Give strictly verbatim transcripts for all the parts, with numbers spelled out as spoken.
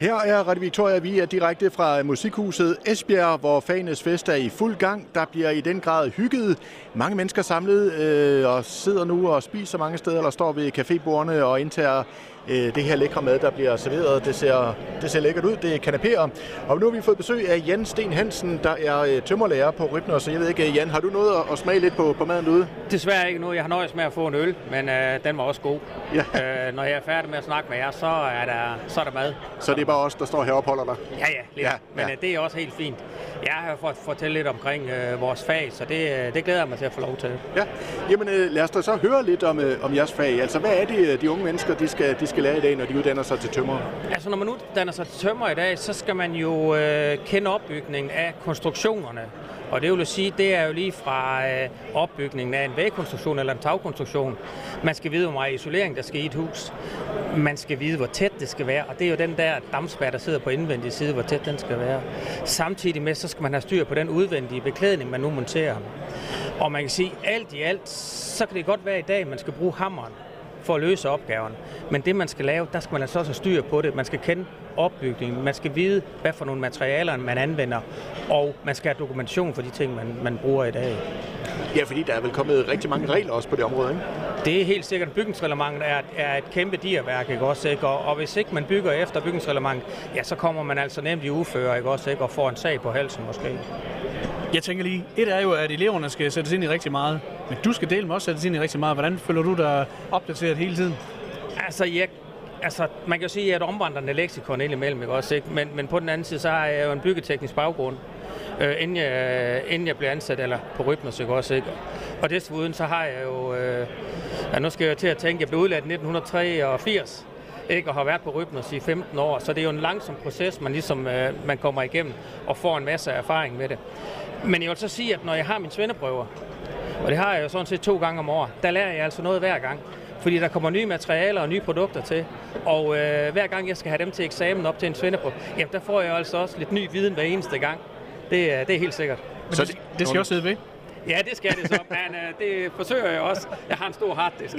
Her er Radio Victoria. Vi er direkte fra Musikhuset Esbjerg, hvor Fagenes Fest er i fuld gang. Der bliver i den grad hygget. Mange mennesker samlet øh, og sidder nu og spiser mange steder, eller står ved cafébordene og indtager øh, det her lækre mad, der bliver serveret. Det ser, det ser lækkert ud. Det er kanapéer. Og nu har vi fået besøg af Jan Steen Hansen, der er øh, tømmerlærer på Rybner. Så jeg ved ikke, Jan, har du noget at smage lidt på, på maden derude? Desværre ikke nu. Jeg har nøjes med at få en øl, men øh, den var også god. Ja. Øh, når jeg er færdig med at snakke med jer, så er der, så er der mad. Så det er bare os, der står her og opholder dig? Ja, ja, lidt. Ja, men ja. Øh, det er også helt fint. Jeg har fået fortælle lidt omkring øh, vores fag, så det, øh, det glæder jeg mig til at få lov til. Ja, jamen øh, lad os da så høre lidt om, øh, om jeres fag. Altså, hvad er det, de unge mennesker, de skal, de skal lære i dag, når de uddanner sig til tømrer? Altså, når man uddanner sig til tømrer i dag, så skal man jo øh, kende opbygningen af konstruktionerne. Og det vil sige, det er jo lige fra øh, opbygningen af en vægkonstruktion eller en tagkonstruktion. Man skal vide, hvor meget isolering der skal i et hus. Man skal vide, hvor tæt det skal være. Og det er jo den der dampspærre, der sidder på indvendige side, hvor tæt den skal være. Samtidig med, så skal man have styr på den udvendige beklædning, man nu monterer. Og man kan sige, alt i alt, så kan det godt være i dag, at man skal bruge hammeren for at løse opgaven. Men det, man skal lave, der skal man altså også have styr på det. Man skal kende opbygningen. Man skal vide, hvad for nogle materialer man anvender. Og man skal have dokumentation for de ting, man, man bruger i dag. Ja, fordi der er vel kommet rigtig mange regler også på det område, ikke? Det er helt sikkert. Bygningsreglementet er, er et kæmpe dirværk, ikke også? Ikke? Og, og hvis ikke man bygger efter bygningsreglementet, ja, så kommer man altså nemt i uføre, ikke også? Ikke? Og får en sag på halsen måske. Jeg tænker lige, et er jo, at eleverne skal sættes ind i rigtig meget, men du skal dele med også sættes ind i rigtig meget. Hvordan føler du dig opdateret hele tiden? Altså, jeg, altså man kan jo sige, at jeg er et omvandrende leksikon indimellem, ikke også? Ikke? Men, men på den anden side, så har jeg jo en byggeteknisk baggrund, øh, inden, jeg, inden jeg blev ansat eller på Rybner, ikke også? Ikke? Og desuden så har jeg jo, øh, ja, nu skal jeg til at tænke, jeg blev udlært i nitten treogfirs. Ikke, og har været på Rybner i femten år, så det er jo en langsom proces, man ligesom øh, man kommer igennem og får en masse erfaring med det. Men jeg vil så sige, at når jeg har mine svendeprøver, og det har jeg jo sådan set to gange om året, der lærer jeg altså noget hver gang. Fordi der kommer nye materialer og nye produkter til, og øh, hver gang jeg skal have dem til eksamen op til en svendeprøve, jamen der får jeg altså også lidt ny viden hver eneste gang. Det, det er helt sikkert. Men så det, det skal også sidde ved? Ja, det skal det så, men øh, det forsøger jeg også. Jeg har en stor harddisk.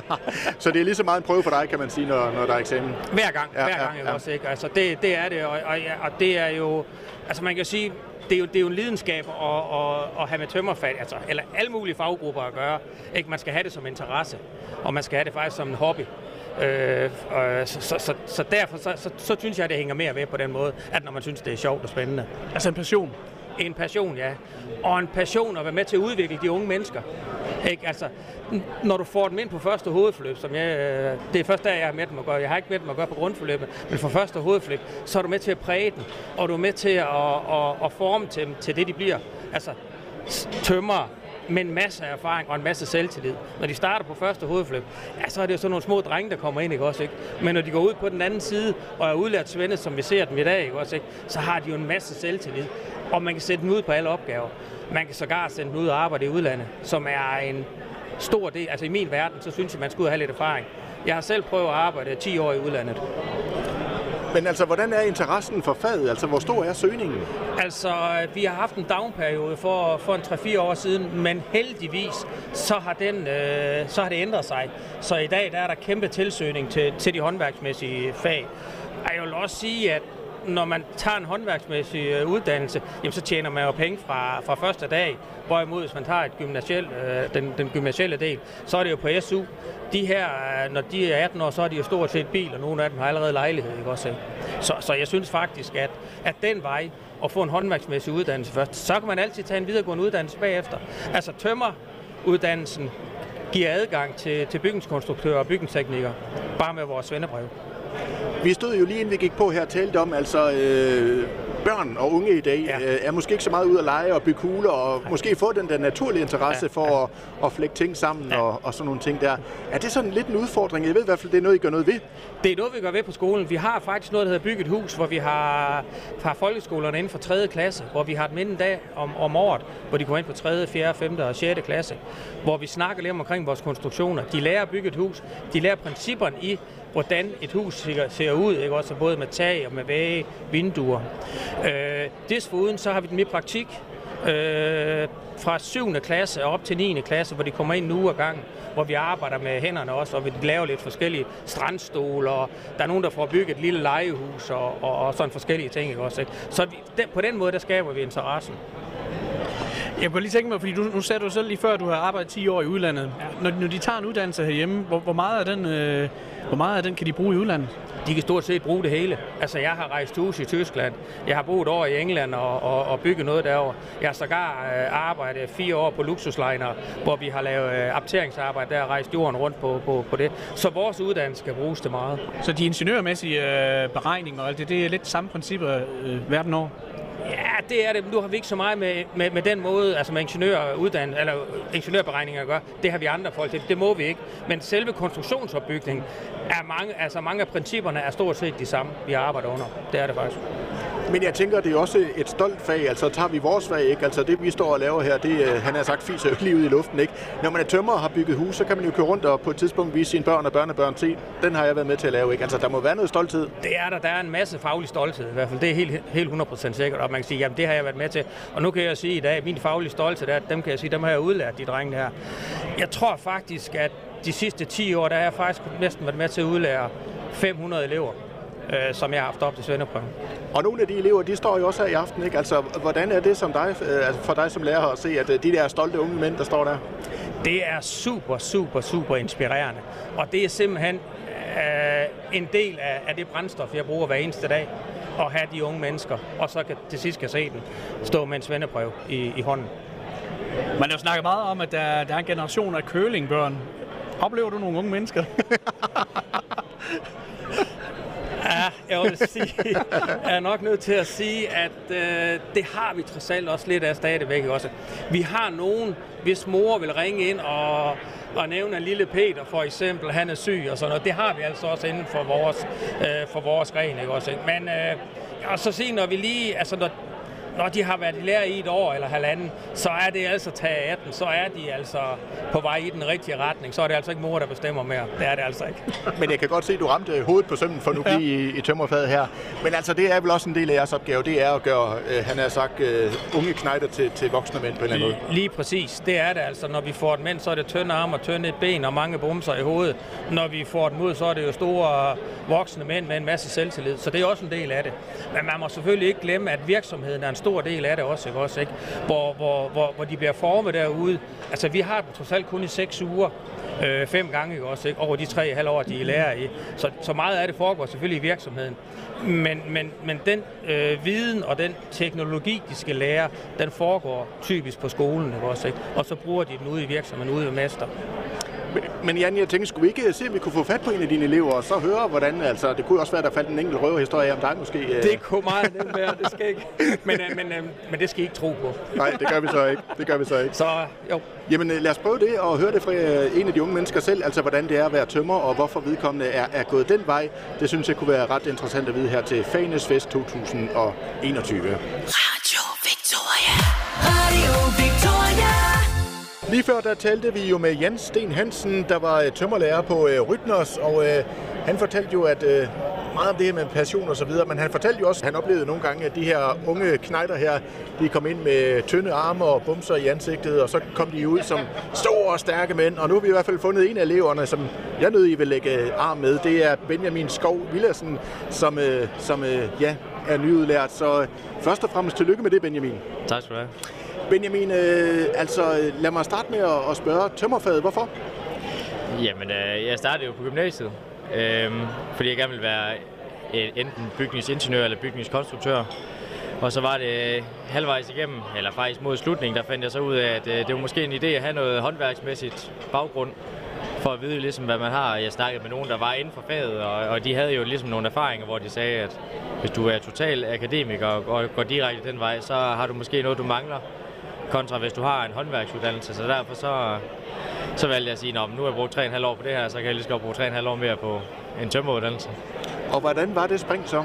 Så det er lige så meget en prøve for dig, kan man sige, når, når der er eksamen? Hver gang, ja, hver gang ja, ja. også, ikke? Altså det, det er det, og, og, og det er jo, altså man kan sige, det er jo, det er jo en lidenskab at, at, at have med tømmerfag, altså, eller alle mulige faggrupper at gøre. Ikke? Man skal have det som interesse, og man skal have det faktisk som en hobby. Øh, så, så, så, så derfor så, så, så synes jeg, at det hænger mere ved på den måde, at når man synes, det er sjovt og spændende. Altså en passion? En passion, ja. Og en passion at være med til at udvikle de unge mennesker. Ikke? Altså, når du får dem ind på første hovedforløb, som jeg, det er først der, jeg har med dem at gøre. Jeg har ikke med dem at gøre på grundforløbet, men for første hovedforløb, så er du med til at præge dem, og du er med til at, at, at forme dem til det, de bliver. Altså, tømmer med en masse erfaring og en masse selvtillid. Når de starter på første hovedforløb, ja, så er det jo sådan nogle små drenge, der kommer ind, ikke også, ikke? Men når de går ud på den anden side og er udlært svende, som vi ser dem i dag, ikke også, ikke? Så har de jo en masse selvtillid. Og man kan sætte dem ud på alle opgaver. Man kan sågar sende dem ud og arbejde i udlandet, som er en stor del. Altså i min verden, så synes jeg, man skal ud og have lidt erfaring. Jeg har selv prøvet at arbejde ti år i udlandet. Men altså, hvordan er interessen for faget? Altså, hvor stor er søgningen? Altså, vi har haft en downperiode for, for en tre fire år siden, men heldigvis, så har, den, øh, så har det ændret sig. Så i dag, der er der kæmpe tilsøgning til, til de håndværksmæssige fag. Og jeg vil også sige, at når man tager en håndværksmæssig uddannelse, jamen, så tjener man jo penge fra, fra første dag. Hvorimod, hvis man tager et gymnasiel, øh, den, den gymnasielle del, så er det jo på S U. De her, når de er atten år, så er de jo stort set bil, og nogle af dem har allerede lejlighed, ikke også? Så, så jeg synes faktisk, at, at den vej at få en håndværksmæssig uddannelse først, så kan man altid tage en videregående uddannelse bagefter. Altså tømmeruddannelsen giver adgang til, til bygningskonstruktører og bygningsteknikere, bare med vores svendebrev. Vi stod jo lige inden vi gik på her og talte om, altså øh, børn og unge i dag ja. øh, er måske ikke så meget ude at lege og bygge kugler og ja. måske få den der naturlige interesse ja. for ja. At, at flække ting sammen ja. og, og sådan nogle ting der. Er det sådan lidt en udfordring? Jeg ved i hvert fald, det er noget, I gør noget ved. Det er noget, vi gør ved på skolen. Vi har faktisk noget, der hedder Bygge et hus, hvor vi har, har folkeskolerne inden for tredje klasse, hvor vi har et minde dag om, om året, hvor de går ind på tredje, fjerde, femte og sjette klasse, hvor vi snakker lidt omkring vores konstruktioner. De lærer at bygge et hus. De lærer principperne i, hvordan et hus ser, ser ud, ikke? Også både med tag og med vægge, vinduer. Øh, desuden så har vi dem i praktik øh, fra syvende klasse og op til niende klasse, hvor de kommer ind en uge ad gangen, hvor vi arbejder med hænderne også, og vi laver lidt forskellige strandstole, og der er nogen, der får bygget et lille legehus, og, og, og sådan forskellige ting, ikke også, ikke? Så vi, den, på den måde, der skaber vi interessen. Jeg kunne lige tænke mig, fordi du, nu sagde du selv lige før, at du har arbejdet ti år i udlandet. Ja. Når, når de tager en uddannelse herhjemme, hvor, hvor, meget af den, øh, hvor meget af den kan de bruge i udlandet? De kan stort set bruge det hele. Altså, jeg har rejst hus i Tyskland. Jeg har boet over i England og, og, og bygget noget derovre. Jeg har sågar øh, arbejdet fire år på luksusliner, hvor vi har lavet øh, apteringsarbejde der og rejst jorden rundt på, på, på det. Så vores uddannelse skal bruges til meget. Så de ingeniørmæssige øh, beregninger og alt det, det er lidt samme principper øh, verden over? Ja, det er det. Nu har vi ikke så meget med, med, med den måde, altså med ingeniøruddannet, eller ingeniørberegninger at gøre. Det har vi andre folk til. Det må vi ikke. Men selve konstruktionsopbygningen er mange, altså mange af principperne er stort set de samme, vi arbejder under. Det er det faktisk. Men jeg tænker, det er også et stolt fag. Altså tager vi vores fag, ikke? Altså det, vi står og laver her, det han har sagt, fiser jo lige ud i luften, ikke? Når man er tømrer og har bygget hus, så kan man jo køre rundt og på et tidspunkt vise sine børn og børnebørn til. Den har jeg været med til at lave, ikke? Altså der må være noget stolthed. Det er der. Der er en masse faglig stolthed i hvert fald. Det er helt, helt hundrede procent sikkert. Og man kan sige, jamen det har jeg været med til. Og nu kan jeg sige i dag, min faglige stolthed, der, dem kan jeg sige, dem har jeg udlært, de drenge her. Jeg tror faktisk, at de sidste ti år, der har jeg faktisk næsten været med til at udlære fem hundrede elever, øh, som jeg har haft op til svendeprøven. Og nogle af de elever, de står jo også her i aften, ikke? Altså, hvordan er det som dig, øh, for dig som lærer at se, at de der stolte unge mænd, der står der? Det er super, super, super inspirerende. Og det er simpelthen øh, en del af, af det brændstof, jeg bruger hver eneste dag. At have de unge mennesker, og så kan, til sidst kan se den stå med en svendeprøve i, i hånden. Man har jo snakket meget om, at der, der er en generation af curlingbørn. Oplever du nogle unge mennesker? Ja, jeg vil sige, jeg er nok nødt til at sige, at øh, det har vi trods alt også lidt af stadigvæk også. Vi har nogen, hvis mor vil ringe ind og, og nævne en lille Peter for eksempel, han er syg og sådan noget. Det har vi altså også inden for vores, øh, for vores gren, ikke også? Men øh, og så sige, når vi lige, altså når, når de har været i lære i et år eller halvanden, så er det altså taget af den, så er de altså på vej i den rigtige retning. Så er det altså ikke mor, der bestemmer mere. Det er det altså ikke. Men jeg kan godt se, at du ramte hovedet på sømmen for nu blive ja. i, i tømmerfaget her. Men altså, det er vel også en del af jeres opgave. Det er at gøre, øh, han har sagt, øh, unge knejder til, til voksne mænd på en eller anden måde. Lige præcis. Det er det altså. Når vi får et mænd, så er det tynde arme og tynde ben og mange bumser i hovedet. Når vi får et mod, så er det jo store voksne mænd med en masse selvtillid. Så det er også en del af det. Men man må selvfølgelig ikke glemme, at virksomheden er en stor del af det også. Ikke også, ikke? Hvor, hvor, hvor, hvor de bliver formet derude. Altså, vi har dem trods alt kun i seks uger, øh, fem gange, ikke også, ikke? Over de tre halv år, de er lærer i. Så, så meget af det foregår selvfølgelig i virksomheden. Men, men, men den øh, viden og den teknologi, de skal lære, den foregår typisk på skolen, ikke også, ikke? Og så bruger de den ude i virksomheden, ude i mester. Men Jan, jeg tænkte, skulle vi ikke se, om vi kunne få fat på en af dine elever, og så høre, hvordan, altså, det kunne også være, der faldt en enkelt røverhistorie om dig måske. Øh... Det kunne meget nemt være, det skal ikke. Men, øh, men, øh, men det skal I ikke tro på. Nej, det gør vi så ikke. Det gør vi så ikke. Så, jo. Jamen, lad os prøve det og høre det fra en af de unge mennesker selv, altså hvordan det er at være tømrer, og hvorfor vedkommende er, er gået den vej. Det synes jeg kunne være ret interessant at vide her til Fanes Fest to tusind og enogtyve. Radio Victoria. Radio Victoria. Lige før der talte vi jo med Jens Sten Hansen, der var tømmerlærer på øh, Rytners, og øh, han fortalte jo, at øh, meget om det her med passion og så videre, men han fortalte jo også, at han oplevede nogle gange, at de her unge knejder her, de kom ind med tynde arme og bumser i ansigtet, og så kom de ud som store og stærke mænd, og nu har vi i hvert fald fundet en af eleverne, som jeg nød, I vil lægge arm med. Det er Benjamin Skov Villadsen, som, øh, som øh, ja, er nyudlært. Så øh, først og fremmest tillykke med det, Benjamin. Tak skal du have. Benjamin, øh, altså lad mig starte med at, at spørge tømmerfaget, hvorfor? Jamen, øh, jeg startede jo på gymnasiet, øh, fordi jeg gerne ville være enten bygningsingeniør eller bygningskonstruktør. Og så var det halvvejs igennem, eller faktisk mod slutningen, der fandt jeg så ud af, at øh, det var måske en idé at have noget håndværksmæssigt baggrund, for at vide ligesom, hvad man har. Jeg snakkede med nogen, der var inden for faget, og, og de havde jo ligesom nogle erfaringer, hvor de sagde, at hvis du er total akademiker og går, går direkte den vej, så har du måske noget, du mangler, kontra hvis du har en håndværksuddannelse. Så derfor så, så valgte jeg at sige, at nu har jeg brugt tre komma fem år på det her, så kan jeg lige så godt bruge tre komma fem år mere på en tømreruddannelse. Og hvordan var det spring så?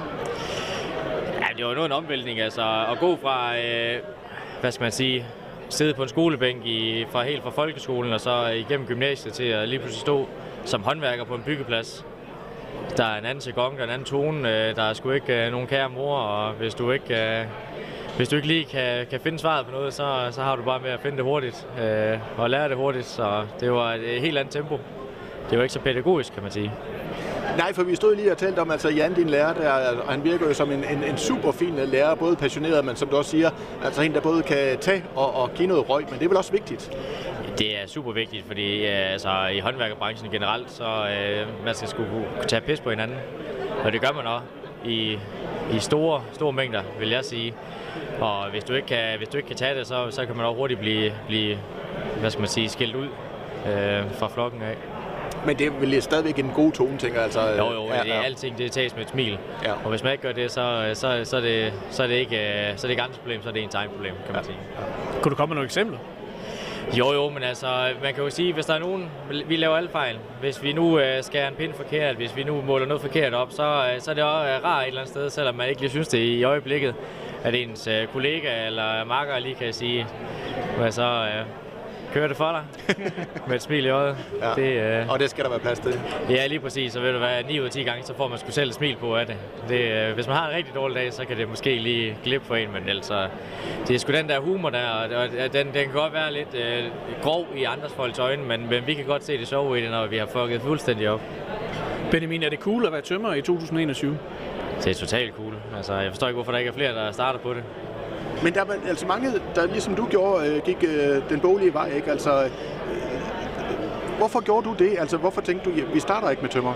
Ja, det var noget en omvæltning, altså at gå fra, øh, hvad skal man sige, sidde på en skolebænk i, fra helt fra folkeskolen og så igennem gymnasiet til at lige pludselig stå som håndværker på en byggeplads. Der er en anden jargon, der er en anden tone, der er sgu ikke nogen kære mor, og hvis du ikke hvis du ikke lige kan, kan finde svaret på noget, så, så har du bare med at finde det hurtigt øh, og lære det hurtigt. Så det var et helt andet tempo. Det var ikke så pædagogisk, kan man sige. Nej, for vi stod lige og talte om, altså Jan, din lærer, der, og han virker jo som en, en, en super fin lærer, både passioneret, men som du også siger, altså en, der både kan tage og, og give noget røg, men det er vel også vigtigt? Det er super vigtigt, fordi altså, i håndværkerbranchen generelt, så øh, man skal skulle kunne tage pis på hinanden. Og det gør man også i, i store, store mængder, vil jeg sige. Og hvis du ikke kan, hvis du ikke kan tage det, så, så kan man også hurtigt blive, blive hvad skal man sige, skilt ud øh, fra flokken af. Men det er vel stadigvæk en god tone, tænker jeg. Altså, jo, jo, ja, det er ja. Alting, det tages med et smil. Ja. Og hvis man ikke gør det, så, så, så, er, det, så er det ikke så er det ikke andres problem, så er det ens egen problem, kan man sige. Ja. Kunne du komme med nogle eksempler? Jo, jo, men altså, man kan jo sige, hvis der er nogen, vi laver alle fejl. Hvis vi nu øh, skærer en pind forkert, hvis vi nu måler noget forkert op, så, øh, så er det også øh, rart et eller andet sted, selvom man ikke lige synes det i øjeblikket, at ens øh, kollega eller makker lige kan sige, hvad så... Øh, kører det for dig med et smil i øjet. Ja. Det, øh... Og det skal der være plads til. Ja, lige præcis. Så ved du hvad, ni ud af ti gange, så får man sgu selv et smil på af det. det øh... Hvis man har en rigtig dårlig dag, så kan det måske lige glippe for en, men ellers det er sgu den der humor der, og den, den kan godt være lidt øh, grov i andres folks øjne, men, men vi kan godt se det sjove i det, når vi har fucket fuldstændig op. Benjamin, er det cool at være tømrer i to tusind enogtyve? Det er totalt cool. Altså, jeg forstår ikke, hvorfor der ikke er flere, der starter på det. Men der er altså mange, der ligesom du gjorde, gik øh, den boglige vej, ikke? Altså, øh, hvorfor gjorde du det? Altså, hvorfor tænkte du, ja, vi starter ikke med tømrer?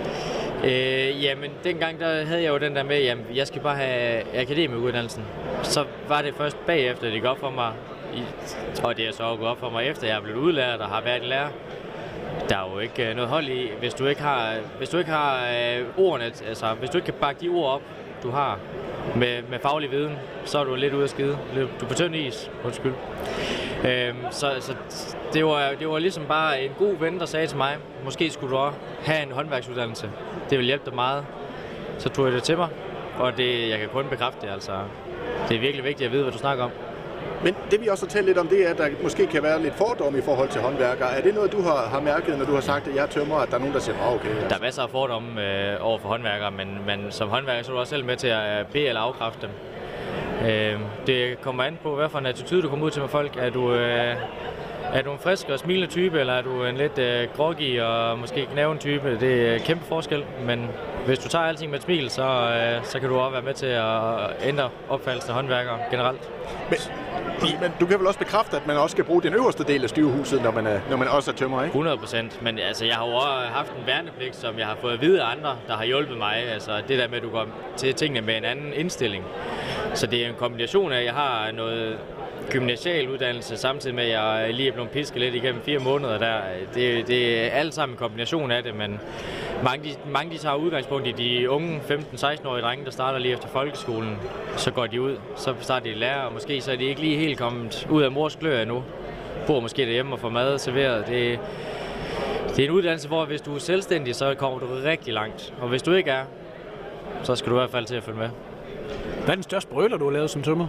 Øh, jamen, dengang der havde jeg jo den der med, jamen, jeg skal bare have akademikuddannelsen. Så var det først bagefter, det gik op for mig, i, og det er så gået op for mig efter, jeg er blevet udlært og har været i lærer. Der er jo ikke noget hold i, hvis du ikke har, hvis du ikke har øh, ordene, altså hvis du ikke kan bakke de ord op, du har med, med faglig viden, så er du lidt ude af skide. Du er på tynd is, undskyld. Øhm, så så det, var, det var ligesom bare en god ven, der sagde til mig, måske skulle du også have en håndværksuddannelse. Det vil hjælpe dig meget. Så tog jeg det til mig, og det, jeg kan kun bekræfte det. Altså. Det er virkelig vigtigt at vide, hvad du snakker om. Men det vi også har talt lidt om, det er, at der måske kan være lidt fordom i forhold til håndværkere. Er det noget, du har, har mærket, når du har sagt, at jeg er tømrer, at der er nogen, der siger, oh, okay? Altså. Der er masser af fordomme øh, over for håndværkere, men, men som håndværker så er du også selv med til at bede eller afkræfte dem. Øh, det kommer an på, hvad for en attitude du kommer ud til med folk. Er du, øh, er du en frisk og smilende type, eller er du en lidt øh, groggy og måske knæven type? Det er kæmpe forskel, men hvis du tager alting med et smil, så, øh, så kan du også være med til at ændre opfattelsen af håndværkere generelt. Men, men du kan vel også bekræfte, at man også skal bruge den øverste del af styrehuset, når man er, når man også er tømrer, ikke? hundrede procent, men altså, jeg har jo også haft en værnepligt, som jeg har fået at vide af andre, der har hjulpet mig. Altså det der med, at du går til tingene med en anden indstilling. Så det er en kombination af, at jeg har noget gymnasial uddannelse, samtidig med, at jeg lige er blevet pisket lidt igennem fire måneder der. Det, det er alt sammen en kombination af det, men mange de, mange de tager udgangspunkt i de unge femten-seksten-årige drenge, der starter lige efter folkeskolen. Så går de ud, så starter de lærer, og måske så er de ikke lige helt kommet ud af mors klør endnu. Bor måske derhjemme og får mad serveret. Det, det er en uddannelse, hvor hvis du er selvstændig, så kommer du rigtig langt. Og hvis du ikke er, så skal du i hvert fald til at følge med. Hvad er den største brøler, du har lavet som tømrer?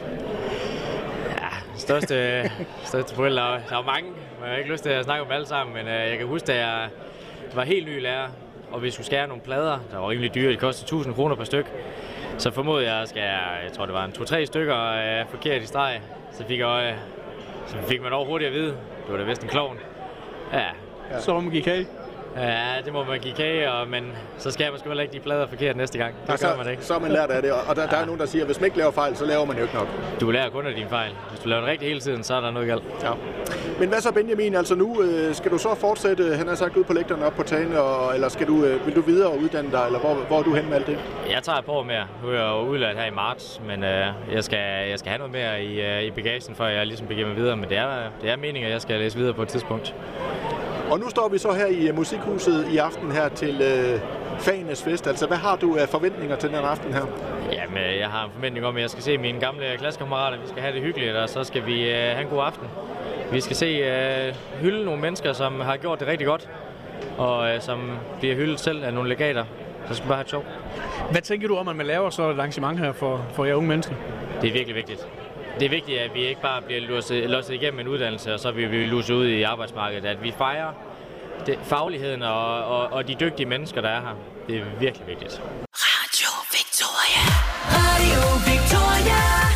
Største, største brøller. Der var mange, jeg har ikke lyst til at snakke om alle sammen, men jeg kan huske, at jeg var helt ny lærer, og vi skulle skære nogle plader, der var rimelig dyre, det kostede tusind kroner per styk. Så formodede jeg at skære, jeg tror det var en to-tre stykker øh, forkert i streg, så fik, jeg, øh, så fik man over hurtigt at vide, det var da vist en klovn. Ja. Ja. Så må man give kage. Ja, det må man give kage, og, men så skal man sgu heller ikke de plader forkert næste gang. Det så, gør man ikke. Så er man lært af det, og der, ja. der er nogen, der siger, at hvis man ikke laver fejl, så laver man jo ikke nok. Du lærer kun af dine fejl. Hvis du laver det rigtigt hele tiden, så er der noget galt. Ja. Men hvad så, Benjamin? Altså nu øh, skal du så fortsætte, han har sagt, ud på lægterne op på Tagene, og, eller skal du, øh, vil du videre uddanne dig, eller hvor, hvor er du hen med alt det? Jeg tager et par år mere. Nu er jeg jo udlært her i marts, men øh, jeg, skal, jeg skal have noget mere i, øh, i bagagen, før jeg ligesom begiver mig videre. Men det er, det er meningen, at jeg skal læse videre på et tidspunkt. Og nu står vi så her i Musikhuset i aften her til øh, Fagenes Fest. Altså, hvad har du af forventninger til den aften her? Jamen, jeg har en forventning om, at jeg skal se mine gamle klassekammerater. Vi skal have det hyggeligt, og så skal vi øh, have en god aften. Vi skal se øh, hylde nogle mennesker, som har gjort det rigtig godt, og øh, som bliver hyldet selv af nogle legater. Så skal vi bare have et sjov. Hvad tænker du om, at man laver så et arrangement her for, for jer unge mennesker? Det er virkelig vigtigt. Det er vigtigt, at vi ikke bare bliver låset, låset igennem en uddannelse, og så bliver vi luset ud i arbejdsmarkedet. At vi fejrer det, fagligheden og, og, og de dygtige mennesker, der er her. Det er virkelig vigtigt. Radio Victoria. Radio Victoria.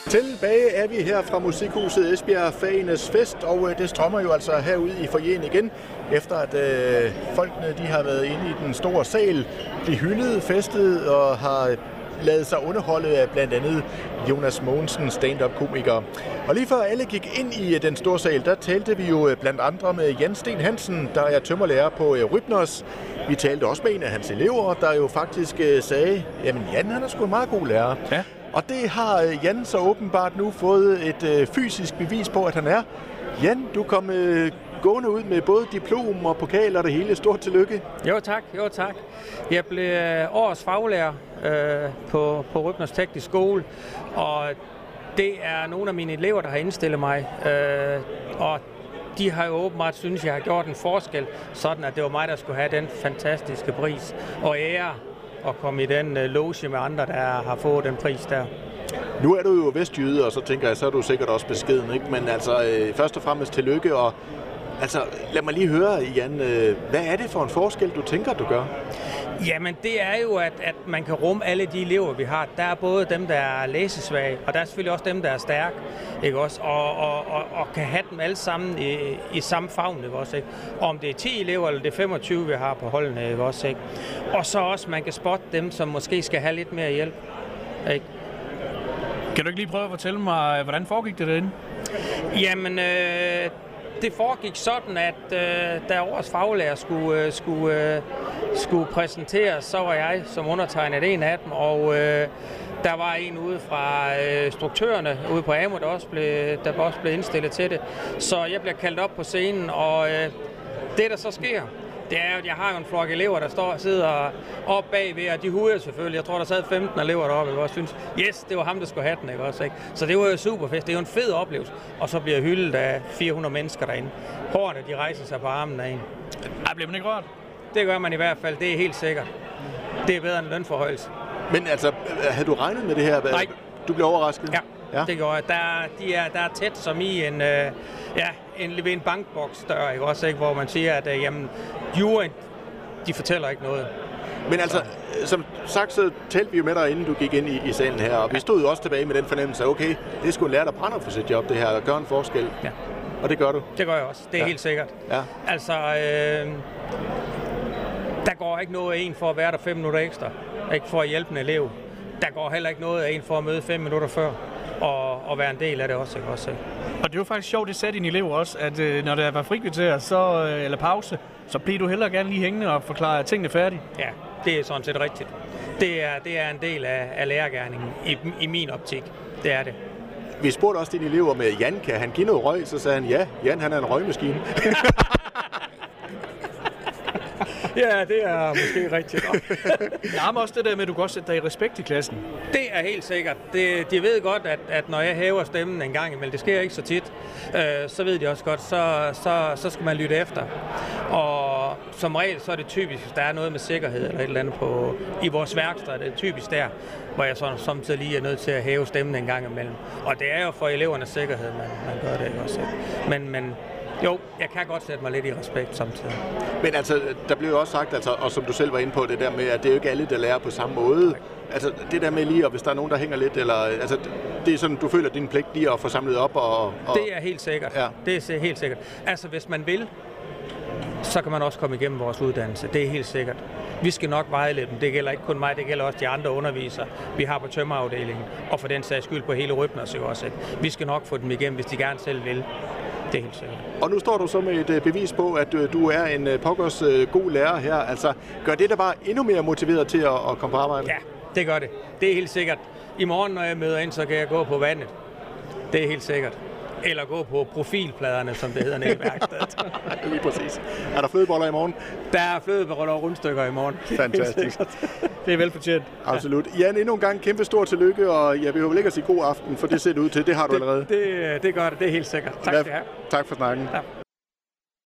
Tilbage er vi her fra Musikhuset Esbjerg Fagenes Fest, og det strømmer jo altså herude i foyeren igen, efter at øh, folkene de har været inde i den store sal, de hyldede, festet og har ladet sig underholde af blandt andet Jonas Mogensen, stand-up-komiker. Og lige før alle gik ind i den store sal, der talte vi jo blandt andre med Jan Steen Hansen, der er tømmerlærer på Rybners. Vi talte også med en af hans elever, der jo faktisk sagde, jamen Jan, han er sgu en meget god lærer. Ja. Og det har Jan så åbenbart nu fået et øh, fysisk bevis på, at han er. Jan, du kom øh, gående ud med både diplom og pokal og det hele. Stort tillykke. Jo tak, jo tak. Jeg blev årets faglærer øh, på, på Rybners Teknisk Skole, og det er nogle af mine elever, der har indstillet mig. Øh, og de har jo åbenbart synes, jeg har gjort en forskel, sådan at det var mig, der skulle have den fantastiske pris og ære at komme i den øh, loge med andre, der har fået den pris der. Nu er du jo vestjyde, og så tænker jeg, så er du sikkert også beskeden, ikke? Men altså, øh, først og fremmest tillykke, og altså, lad mig lige høre, Jan, øh, hvad er det for en forskel, du tænker, du gør? Jamen, det er jo, at, at man kan rumme alle de elever, vi har. Der er både dem, der er læsesvage, og der er selvfølgelig også dem, der er stærke, ikke også? Og, og, og, og kan have dem alle sammen i, i samme favn, ikke også? Ikke? Og om det er ti elever, eller det er femogtyve, vi har på holdene, ikke også? Ikke? Og så også, man kan spotte dem, som måske skal have lidt mere hjælp, ikke? Kan du ikke lige prøve at fortælle mig, hvordan foregik det derinde? Jamen, øh, det foregik sådan, at øh, da årets faglærer skulle, øh, skulle, øh, skulle præsenteres, så var jeg som undertegnet en af dem, og øh, der var en ude fra øh, struktørerne ude på A M O, der også blev, der også blev indstillet til det. Så jeg bliver kaldt op på scenen, og øh, det der så sker, det er jo, at jeg har jo en flok elever, der står og sidder oppe bagved, og de huder selvfølgelig. Jeg tror, der sad femten elever deroppe, og jeg synes, yes, det var ham, der skulle have den, ikke også, ikke? Så det var jo super fest. Det er jo en fed oplevelse. Og så bliver jeg hyldet af fire hundrede mennesker derinde. Hårene, de rejser sig på armen af en. Ej, bliver man ikke rørt? Det gør man i hvert fald. Det er helt sikkert. Det er bedre end lønforhøjelse. Men altså, havde du regnet med det her? Nej. Du blev overrasket? Ja. Ja. Det gjorde jeg. Der, de er, der er tæt som i en, øh, ja, en, en bankboksdør, ikke også, ikke? Hvor man siger, at øh, jamen, juryen, de fortæller ikke noget. Men altså, som sagt, så talte vi jo med dig, inden du gik ind i, i salen her, og vi stod jo også tilbage med den fornemmelse, at okay, det er sgu en lærer, der brænder for sit job, det her, og gør en forskel. Ja. Og det gør du? Det gør jeg også. Det er ja. helt sikkert. Ja. Altså, øh, der går ikke noget af en for at være der fem minutter ekstra, ikke for at hjælpe en elev. Der går heller ikke noget af en for at møde fem minutter før. Og, og være en del af det også, ikke også? Og det var faktisk sjovt, det sagde dine elever også, at øh, når der var frikvarter, så, øh, eller pause, så blev du hellere gerne lige hængende og forklare, at tingene er færdige. Ja, det er sådan set rigtigt. Det er, det er en del af, af lærergerningen i, i min optik. Det er det. Vi spurgte også dine elever med, Jan, kan han give noget røg? Så sagde han, ja, Jan han er en røgmaskine. Ja, det er måske rigtigt. Ja, men også det der med, at du kan også sætte dig i respekt i klassen. Det er helt sikkert. Det, de ved godt, at, at når jeg hæver stemmen en gang imellem, det sker ikke så tit, øh, så ved de også godt, så, så, så skal man lytte efter. Og som regel, så er det typisk, hvis der er noget med sikkerhed eller et eller andet på, i vores værksted, det er typisk der, hvor jeg så samtidig lige er nødt til at hæve stemmen en gang imellem. Og det er jo for elevernes sikkerhed, man, man gør det ikke også. Men, men jo, jeg kan godt sætte mig lidt i respekt samtidig. Men altså, der blev jo også sagt, altså, og som du selv var inde på, det der med, at det er jo ikke alle, der lærer på samme måde. Nej. Altså, det der med lige, og hvis der er nogen, der hænger lidt, eller, altså, det er sådan, du føler din pligt lige at få samlet op og... og det er helt sikkert. Ja. Det er helt sikkert. Altså, hvis man vil, så kan man også komme igennem vores uddannelse. Det er helt sikkert. Vi skal nok vejlede dem. Det gælder ikke kun mig, det gælder også de andre undervisere, vi har på tømmerafdelingen, og for den sags skyld på hele Rybners også. Vi skal nok få dem igennem, hvis de gerne selv vil. Det er helt sikkert. Og nu står du så med et bevis på, at du er en pokkers god lærer her. Altså, gør det der bare endnu mere motiveret til at, at komme på arbejde? Ja, det gør det. Det er helt sikkert. I morgen, når jeg møder ind, så kan jeg gå på vandet. Det er helt sikkert. Eller gå på profilpladerne, som det hedder nede i værkstedet. Lige præcis. Er der flødeboller i morgen? Der er flødeboller og rundstykker i morgen. Fantastisk. Det er velfortjent. Absolut. Jan, endnu en gang kæmpe stor tillykke, og jeg behøver ikke at sige god aften, for det ser det ud til. Det har du det, allerede. Det, det gør det. Det er helt sikkert. Tak skal du have. Tak for snakken. Ja.